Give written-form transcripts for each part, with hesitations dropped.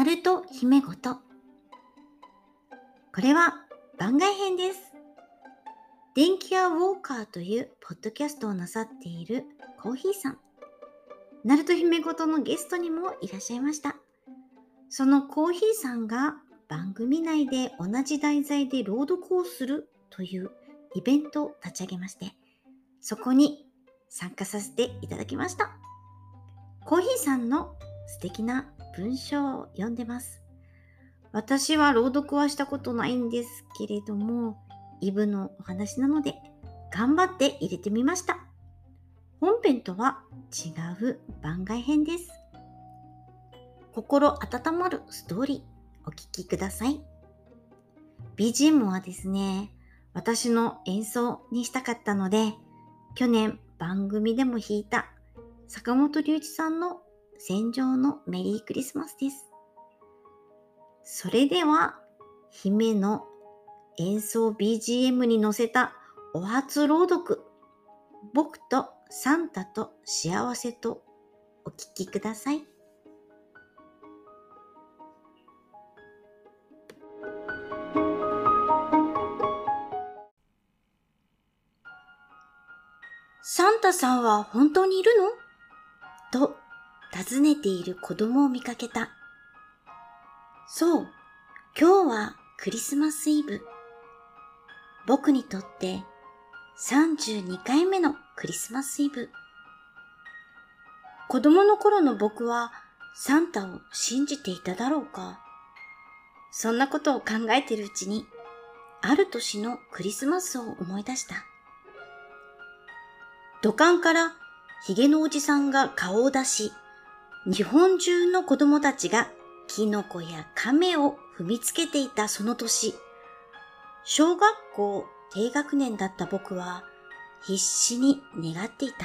ナルト姫ごと。これは番外編です。電気屋ウォーカーというポッドキャストをなさっているコーヒーさん。ナルト姫ごとのゲストにもいらっしゃいました。そのコーヒーさんが番組内で同じ題材で朗読をするというイベントを立ち上げまして、そこに参加させていただきました。コーヒーさんの素敵な文章を読んでます。私は朗読はしたことないんですけれども、イブのお話なので頑張って入れてみました。本編とは違う番外編です。心温まるストーリーお聞きください。BGM はですね、私の演奏にしたかったので、去年番組でも弾いた坂本龍一さんの戦場のメリークリスマスです。それでは、姫の演奏 BGM に乗せたお初朗読、僕とサンタと幸せとお聞きください。サンタさんは本当にいるの？と尋ねている子供を見かけた。そう、今日はクリスマスイブ。僕にとって32回目のクリスマスイブ。子供の頃の僕はサンタを信じていただろうか。そんなことを考えているうちに、ある年のクリスマスを思い出した。土管からヒゲのおじさんが顔を出し、日本中の子供たちがキノコや亀を踏みつけていたその年、小学校低学年だった僕は必死に願っていた。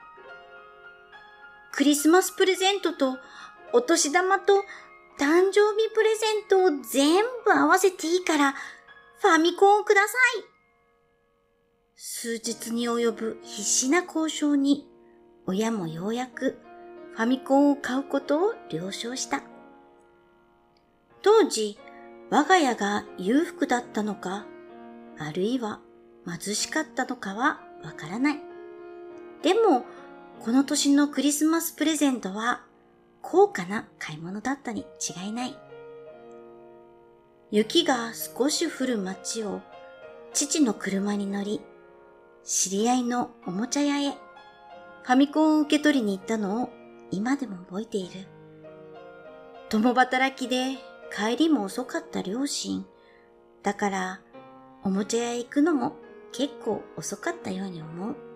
クリスマスプレゼントとお年玉と誕生日プレゼントを全部合わせていいからファミコンをください。数日に及ぶ必死な交渉に親もようやくファミコンを買うことを了承した。当時我が家が裕福だったのか、あるいは貧しかったのかはわからない。でもこの年のクリスマスプレゼントは高価な買い物だったに違いない。雪が少し降る街を父の車に乗り、知り合いのおもちゃ屋へファミコンを受け取りに行ったのを今でも覚えている。共働きで帰りも遅かった両親。だからおもちゃ屋へ行くのも結構遅かったように思う。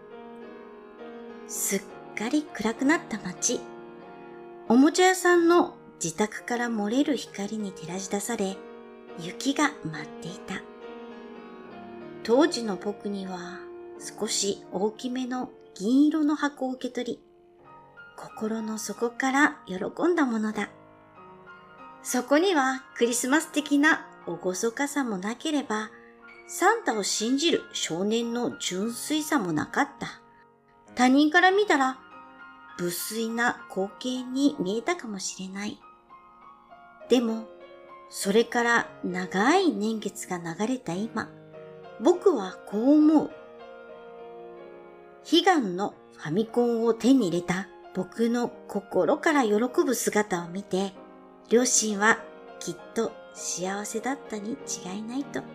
すっかり暗くなった街。おもちゃ屋さんの自宅から漏れる光に照らし出され、雪が舞っていた。当時の僕には少し大きめの銀色の箱を受け取り、心の底から喜んだものだ。そこにはクリスマス的な厳かさもなければ、サンタを信じる少年の純粋さもなかった。他人から見たら無粋な光景に見えたかもしれない。でも、それから長い年月が流れた今、僕はこう思う。悲願のファミコンを手に入れた僕の心から喜ぶ姿を見て、両親はきっと幸せだったに違いないと。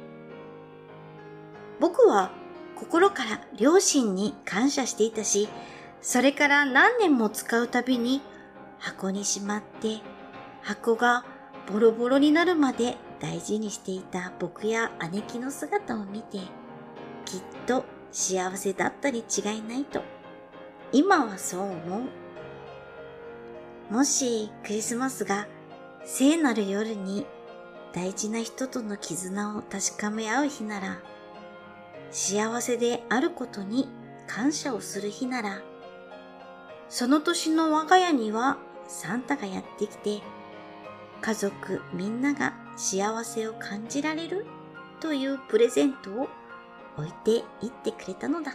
僕は心から両親に感謝していたし、それから何年も使うたびに箱にしまって、箱がボロボロになるまで大事にしていた僕や姉貴の姿を見て、きっと幸せだったに違いないと、今はそう思う。もしクリスマスが聖なる夜に大事な人との絆を確かめ合う日なら、幸せであることに感謝をする日なら、その年の我が家にはサンタがやってきて、家族みんなが幸せを感じられるというプレゼントを置いていってくれたのだ。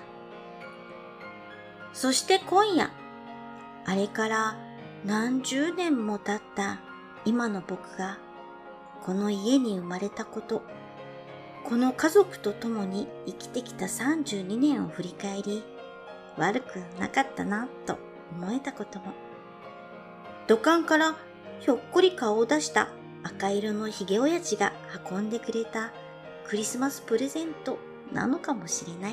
そして今夜、あれから何十年も経った今の僕がこの家に生まれたこと、この家族と共に生きてきた32年を振り返り、悪くなかったなと思えたことも、土管からひょっこり顔を出した赤色のひげおやじが運んでくれたクリスマスプレゼントなのかもしれない。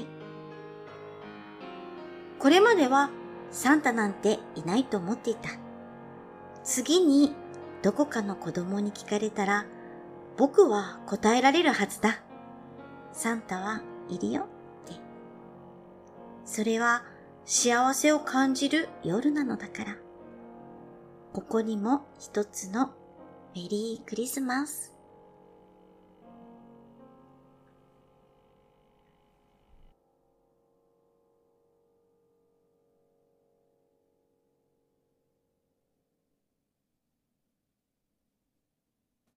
これまではサンタなんていないと思っていた。次にどこかの子供に聞かれたら、僕は答えられるはずだ。サンタはいるよって。それは幸せを感じる夜なのだから。ここにも一つのメリークリスマス。